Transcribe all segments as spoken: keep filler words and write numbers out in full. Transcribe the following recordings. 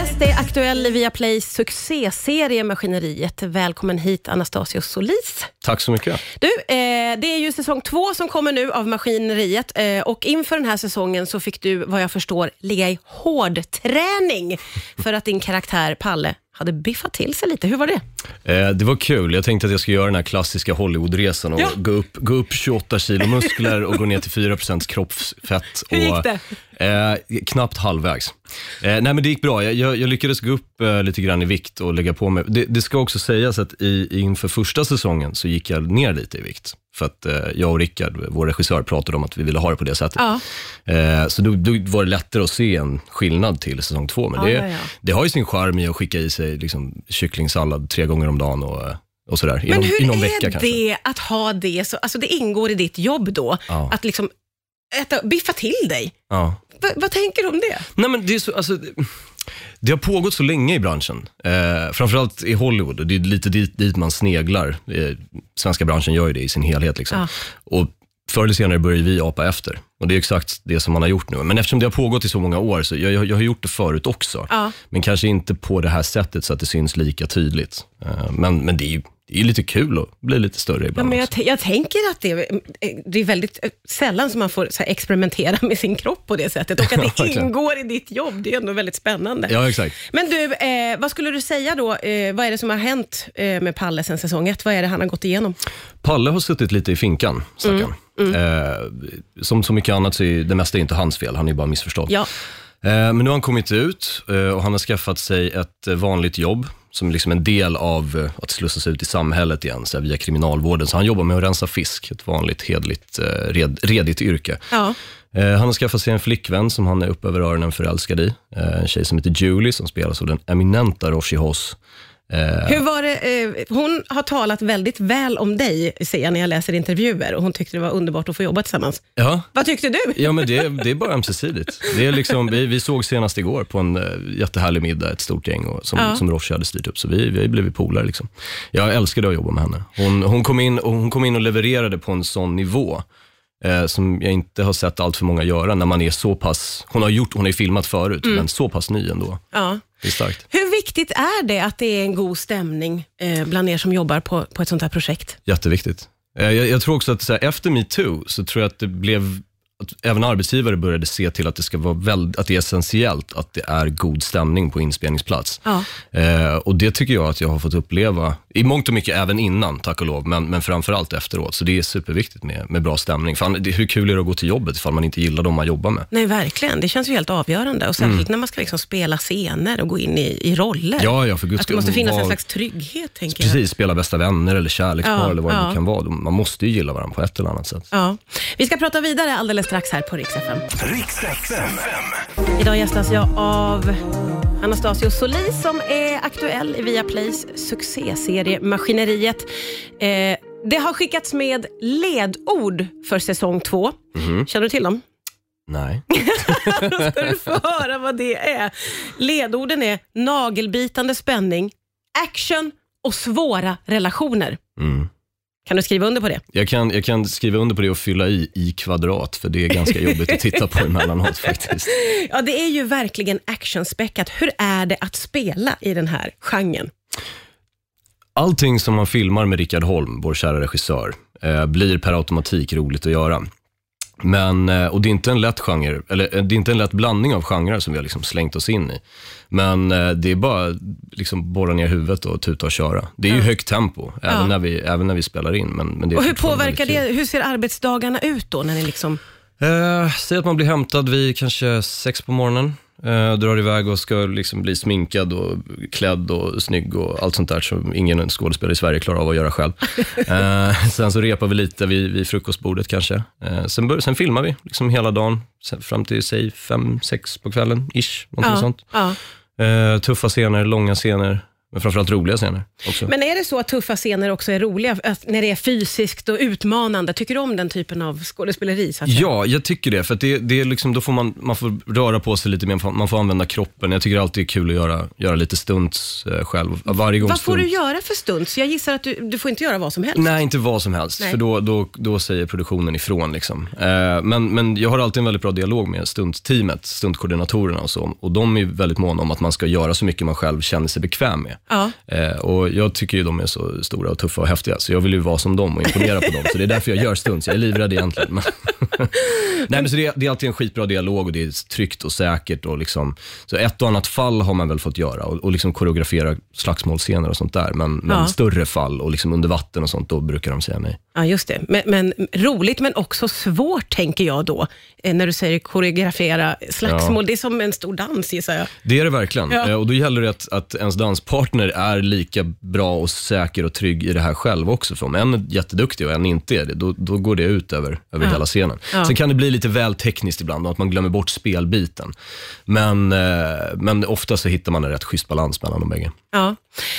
Gäst är aktuell i Viaplays succéserie Maskineriet. Välkommen hit, Anastasios Solis. Tack så mycket. Du, eh, det är ju säsong två som kommer nu av Maskineriet. Eh, och inför den här säsongen så fick du, vad jag förstår, ligga i hård träning för att din karaktär Palle hade biffat till sig lite. Hur var det? Eh, det var kul. Jag tänkte att jag skulle göra den här klassiska Hollywoodresan och ja. gå, upp, gå upp tjugoåtta kilo muskler och gå ner till fyra procent kroppsfett. Hur gick och, det? Eh, knappt halvvägs. Eh, nej men det gick bra. Jag, jag, jag lyckades gå upp eh, lite grann i vikt och lägga på mig. Det, det ska också sägas att i, inför första säsongen så gick jag ner lite i vikt. För att eh, jag och Rickard, vår regissör, pratade om att vi ville ha det på det sättet. Ja. Eh, så då, då var det lättare att se en skillnad till säsong två. Men ja, det, ja, ja. det har ju sin charm i att skicka i sig liksom, kycklingsallad tre gånger om dagen och, och sådär. Men inom, hur inom är vecka, det kanske. att ha det? Så, alltså det ingår i ditt jobb då. Ja. Att liksom äta, biffa till dig. Ja. Va, vad tänker du om det? Nej men det är så, alltså... Det, Det har pågått så länge i branschen, eh, framförallt i Hollywood, och det är lite dit, dit man sneglar. Eh, svenska branschen gör ju det i sin helhet liksom. Ja. Och förr eller senare börjar vi apa efter, och det är exakt det som man har gjort nu. Men eftersom det har pågått i så många år så jag, jag, jag har gjort det förut också, ja. Men kanske inte på det här sättet så att det syns lika tydligt. Eh, men, men det är ju Det är lite kul att bli lite större ibland. Ja, men jag, t- jag tänker att det är, det är väldigt sällan som man får så här, experimentera med sin kropp på det sättet. Och att det ingår i ditt jobb, det är ändå väldigt spännande. Ja, exakt. Men du, eh, vad skulle du säga då? Eh, vad är det som har hänt eh, med Palle sen säsong ett? Vad är det han har gått igenom? Palle har suttit lite i finkan, stackarn. Mm. Mm. Eh, som så mycket annat så är det mesta inte hans fel, han är bara missförstådd. Ja. Eh, men nu har han kommit ut eh, och han har skaffat sig ett vanligt jobb som liksom en del av att slussas ut i samhället igen så här, via kriminalvården. Så han jobbar med att rensa fisk, ett vanligt hedligt, red, redigt yrke. Ja. Eh, han har skaffat sig en flickvän som han är upp över öronen förälskad i. Eh, en tjej som heter Julie som spelas av den eminenta Roshi Hoss. Eh, Hur var det? Eh, hon har talat väldigt väl om dig, ser jag när jag läser intervjuer, och hon tyckte det var underbart att få jobba tillsammans. Ja. Vad tyckte du? Ja, men det, det är bara ömsesidigt. Det är liksom, vi, vi såg senast igår på en uh, jättehärlig middag, ett stort gäng och, som, ja. som Roshi hade styrt upp, så vi, vi blev polare liksom. Jag älskade att jobba med henne. Hon, hon, kom in, och hon kom in och levererade på en sån nivå Eh, som jag inte har sett allt för många göra när man är så pass, hon har gjort, hon har ju filmat förut, mm. men så pass ny ändå. Ja. Det är starkt. Hur viktigt är det att det är en god stämning eh, bland er som jobbar på, på ett sånt här projekt? Jätteviktigt. Eh, jag, jag tror också att så här, efter MeToo så tror jag att det blev att även arbetsgivare började se till att det ska vara väldigt, att det är essentiellt att det är god stämning på inspelningsplats. Ja. Eh, och det tycker jag att jag har fått uppleva i mångt och mycket även innan, tack och lov, men, men framförallt efteråt. Så det är superviktigt med, med bra stämning. Fan, det, hur kul är det att gå till jobbet ifall man inte gillar dem man jobbar med? Nej, verkligen. Det känns ju helt avgörande. Och särskilt mm. när man ska liksom spela scener och gå in i, i roller. Ja, ja, för Guds att det måste finnas var, en slags trygghet, tänker precis, jag. Precis, spela bästa vänner eller kärlekspar ja, eller vad ja. det kan vara. Man måste ju gilla varandra på ett eller annat sätt. Ja. Vi ska prata vidare alldeles strax här på Rix F M. Rix F M. Idag gästas jag av Anastasios Solis som är aktuell i Viaplays succéserie Maskineriet. Eh, det har skickats med ledord för säsong två. Mm-hmm. Känner du till dem? Nej. Då ska du få höra vad det är. Ledorden är nagelbitande spänning, action och svåra relationer. Mm. Kan du skriva under på det? Jag kan, jag kan skriva under på det och fylla i i kvadrat, för det är ganska jobbigt att titta på emellanåt faktiskt. Ja, det är ju verkligen actionspäckat. Hur är det att spela i den här genren? Allting som man filmar med Rickard Holm, vår kära regissör, eh, blir per automatik roligt att göra. Men, och det är inte en lätt genre, eller det är inte en lätt blandning av genrer som vi har liksom slängt oss in i. Men det är bara liksom borra ner huvudet och tuta och köra. Det är ju ja. högt tempo, även, ja. när vi, även när vi spelar in. Men, men det är och hur påverkar det, hur ser arbetsdagarna ut då när ni liksom... Eh, säg att man blir hämtad vid kanske sex på morgonen. Eh, drar iväg och ska liksom bli sminkad och klädd och snygg och allt sånt där som ingen skådespelare i Sverige klarar av att göra själv. Eh, sen så repar vi lite vid, vid frukostbordet kanske. Eh, sen, bör, sen filmar vi liksom hela dagen sen, fram till säg fem, sex på kvällen ish, någonting ja, sånt. Ja. Eh, tuffa scener, långa scener. Men framförallt roliga scener också. Men är det så att tuffa scener också är roliga, när det är fysiskt och utmanande? Tycker du om den typen av skådespeleri? Så att säga? Ja, jag tycker det. För att det, det är liksom, då får man, man får röra på sig lite mer, man får använda kroppen. Jag tycker det alltid är kul att göra, göra lite stunts eh, själv. Varje gång vad får stunt. du göra för stunts? Jag gissar att du, du får inte göra vad som helst. Nej, inte vad som helst. Nej. För då, då, då säger produktionen ifrån. Liksom. Eh, men, men jag har alltid en väldigt bra dialog med stuntteamet, stuntkoordinatorerna och så. Och de är väldigt måna om att man ska göra så mycket man själv känner sig bekväm med. Ja. Eh, och jag tycker ju de är så stora och tuffa och häftiga, så jag vill ju vara som dem och imponera på dem. Så det är därför jag gör stunts. Jag är livrädd egentligen. Men Nej, men så det är, det är alltid en skitbra dialog och det är tryggt och säkert. Och liksom, så ett och annat fall har man väl fått göra och, och liksom koreografera slagsmålscener och sånt där. Men, men ja. större fall och liksom under vatten och sånt, då brukar de säga nej. Ja, just det. Men, men roligt men också svårt, tänker jag då. När du säger koreografera slagsmål, ja. Det är som en stor dans, gissar jag. Det är det verkligen. Ja. Och då gäller det att, att ens danspartner är lika bra och säker och trygg i det här själv också. För om en är jätteduktig och en inte är det, då, då går det ut över, över ja. hela scenen. Ja. Sen kan det bli lite väl tekniskt ibland och att man glömmer bort spelbiten. Men, men ofta så hittar man en rätt schysst balans mellan de bägge. Ja.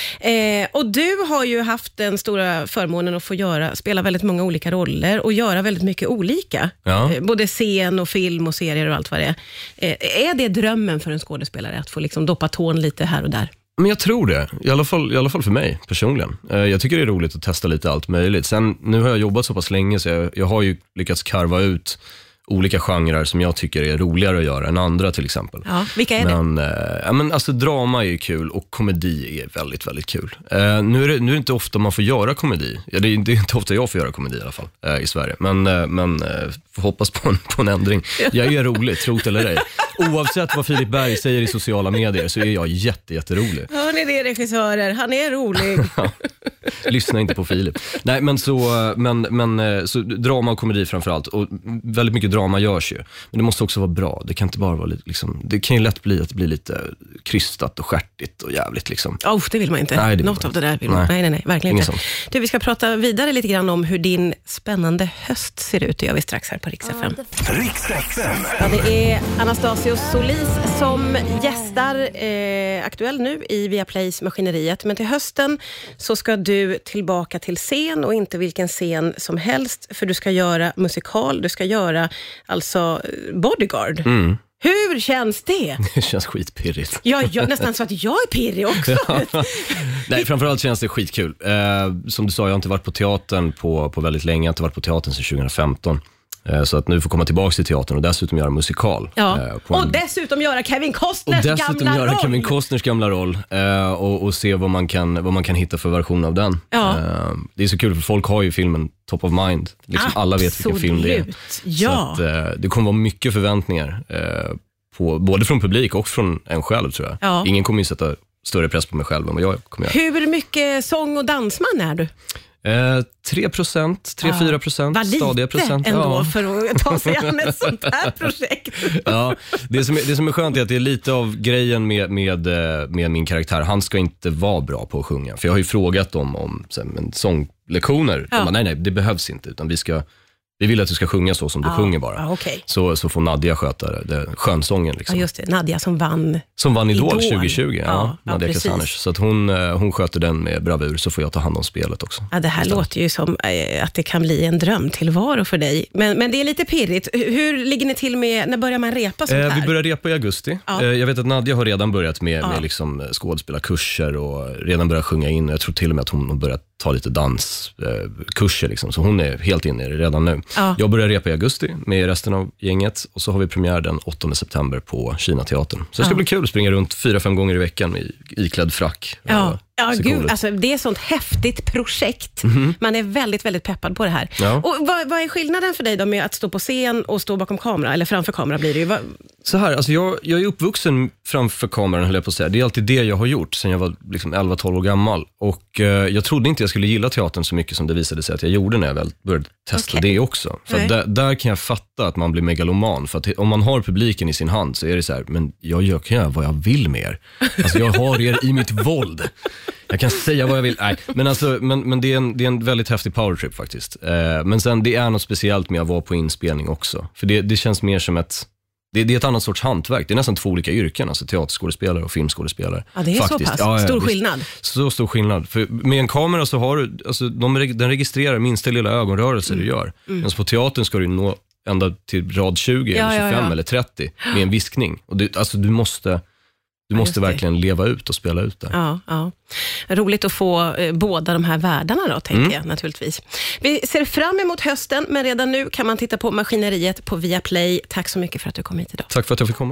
Eh, och du har ju haft den stora förmånen att få göra, spela väldigt många olika roller och göra väldigt mycket olika. Ja. Eh, både scen och film och serier och allt vad det är. Eh, är det drömmen för en skådespelare att få liksom doppa tån lite här och där? Men jag tror det, i alla fall, i alla fall för mig personligen. Eh, jag tycker det är roligt att testa lite allt möjligt. Sen, nu har jag jobbat så pass länge så jag, jag har ju lyckats karva ut olika genrer som jag tycker är roligare att göra än andra till exempel. Ja, vilka är men, det? Eh, ja, men alltså drama är ju kul och komedi är väldigt, väldigt kul. Eh, nu, är det, nu är det inte ofta man får göra komedi. Ja, det, är, det är inte ofta jag får göra komedi i alla fall eh, i Sverige. Men, eh, men eh, får hoppas på en, på en ändring. Jag är rolig, trot eller ej. Oavsett vad Filip Berg säger i sociala medier så är jag jätte, jätterolig. Hör ni det, regissörer? Han är rolig. Ja. Lyssna inte på Filip. Nej, men så, men, men så drama och komedi framförallt. Och väldigt mycket drama görs ju. Men det måste också vara bra. Det kan inte bara vara liksom, det kan ju lätt bli att det blir lite krystat och skärtigt och jävligt liksom. Oh, det vill man inte. Nej, det Något av det där vill man. Nej, nej, nej, nej verkligen inte. Du, vi ska prata vidare lite grann om hur din spännande höst ser ut. Det gör vi strax här på Rix F M. Rix F M. Ja, det är Anastasios Solis som gästar eh, aktuell nu i Viaplays Maskineriet. Men till hösten så ska du tillbaka till scen och inte vilken scen som helst. För du ska göra musikal, du ska göra alltså Bodyguard. Mm. Hur känns det? Det känns skitpirrigt. Ja, jag, nästan så att jag är pirrig också. Ja. Nej, framförallt känns det skitkul. Eh, som du sa, jag har inte varit på teatern på, på väldigt länge. Jag har inte varit på teatern sedan tjugo femton. Eh, så att nu får komma tillbaka till teatern och dessutom göra musikal. Ja. Eh, och en... dessutom göra Kevin Costners gamla roll. Och dessutom göra Kevin Costners gamla roll. Eh, och, och se vad man, kan, vad man kan hitta för version av den. Ja. Eh, det är så kul för folk har ju filmen top of mind. Liksom alla vet vilken film det är. Ja. Så att, eh, det kommer vara mycket förväntningar. Eh, på, både från publik och från en själv tror jag. Ja. Ingen kommer ju sätta större press på mig själv än vad jag kommer göra. Hur mycket sång- och dansman är du? Eh, tre procent, tre fyra procent, ja, stadiga procent. Ändå ja. för att ta sig an ett sånt här projekt. Ja, det som, är, det som är skönt är att det är lite av grejen med, med, med min karaktär. Han ska inte vara bra på att sjunga. För jag har ju frågat dem om en sånglektioner. Ja. Bara, nej, nej, det behövs inte. Utan vi ska... Vi vill att du ska sjunga så som du ah, sjunger bara. Ah, okay. så, så får Nadia sköta det, det skönsången. Liksom. Ja, just det. Nadia som vann Som vann Idol, Idol. tjugo tjugo. Ja, ja, Nadia ja, Kasaners. Så att hon, hon sköter den med bravur, så får jag ta hand om spelet också. Ja, det här istället. Låter ju som äh, att det kan bli en drömtillvaro för dig. Men, men det är lite pirrigt. Hur ligger ni till med, när börjar man repa sånt här? Eh, vi börjar repa i augusti. Ja. Eh, jag vet att Nadia har redan börjat med, ja. med liksom skådespelarkurser och redan börjat sjunga in. Jag tror till och med att hon har börjat ta lite danskurser. Eh, liksom. Så hon är helt inne i det redan nu. Ja. Jag börjar repa i augusti med resten av gänget och så har vi premiär den åttonde september på Kinateatern. Så det ska ja. bli kul att springa runt fyra, fem gånger i veckan i iklädd frack. Ja. Ja, gud, alltså, det är ett sånt häftigt projekt. Mm-hmm. Man är väldigt, väldigt peppad på det här. Ja. Och vad, vad är skillnaden för dig då med att stå på scen och stå bakom kamera? Eller framför kamera blir det ju. Vad... Så här, alltså jag, jag är uppvuxen framför kameran, höll jag på att säga. Det är alltid det jag har gjort sen jag var liksom elva tolv år gammal. Och eh, jag trodde inte jag skulle gilla teatern så mycket som det visade sig att jag gjorde när jag väl började testa okay. det också. För där, där kan jag fatta att man blir megaloman. För att om man har publiken i sin hand så är det så här, men jag gör, kan göra vad jag vill med er. Alltså jag har er i mitt våld. Jag kan säga vad jag vill. Nej, men, alltså, men, men det, är en, det är en väldigt häftig powertrip faktiskt. Eh, men sen det är något speciellt med att vara på inspelning också. För det, det känns mer som ett, Det, det är ett annat sorts hantverk. Det är nästan två olika yrken, alltså teaterskådespelare och filmskådespelare. Ja, det är faktiskt. så pass. Ja, ja, stor visst. skillnad. Så stor skillnad. För med en kamera så har du, alltså, de, den registrerar minsta lilla ögonrörelse mm. du gör. Mm. Men på teatern ska du nå ända till rad tjugo, ja, eller tjugofem ja, ja. eller trettio med en viskning. Och det, alltså, du måste... Du måste ja, verkligen leva ut och spela ut det. Ja, ja. Roligt att få eh, båda de här världarna då, tänker mm. jag naturligtvis. Vi ser fram emot hösten, men redan nu kan man titta på Maskineriet på Viaplay. Tack så mycket för att du kom hit idag. Tack för att jag fick komma.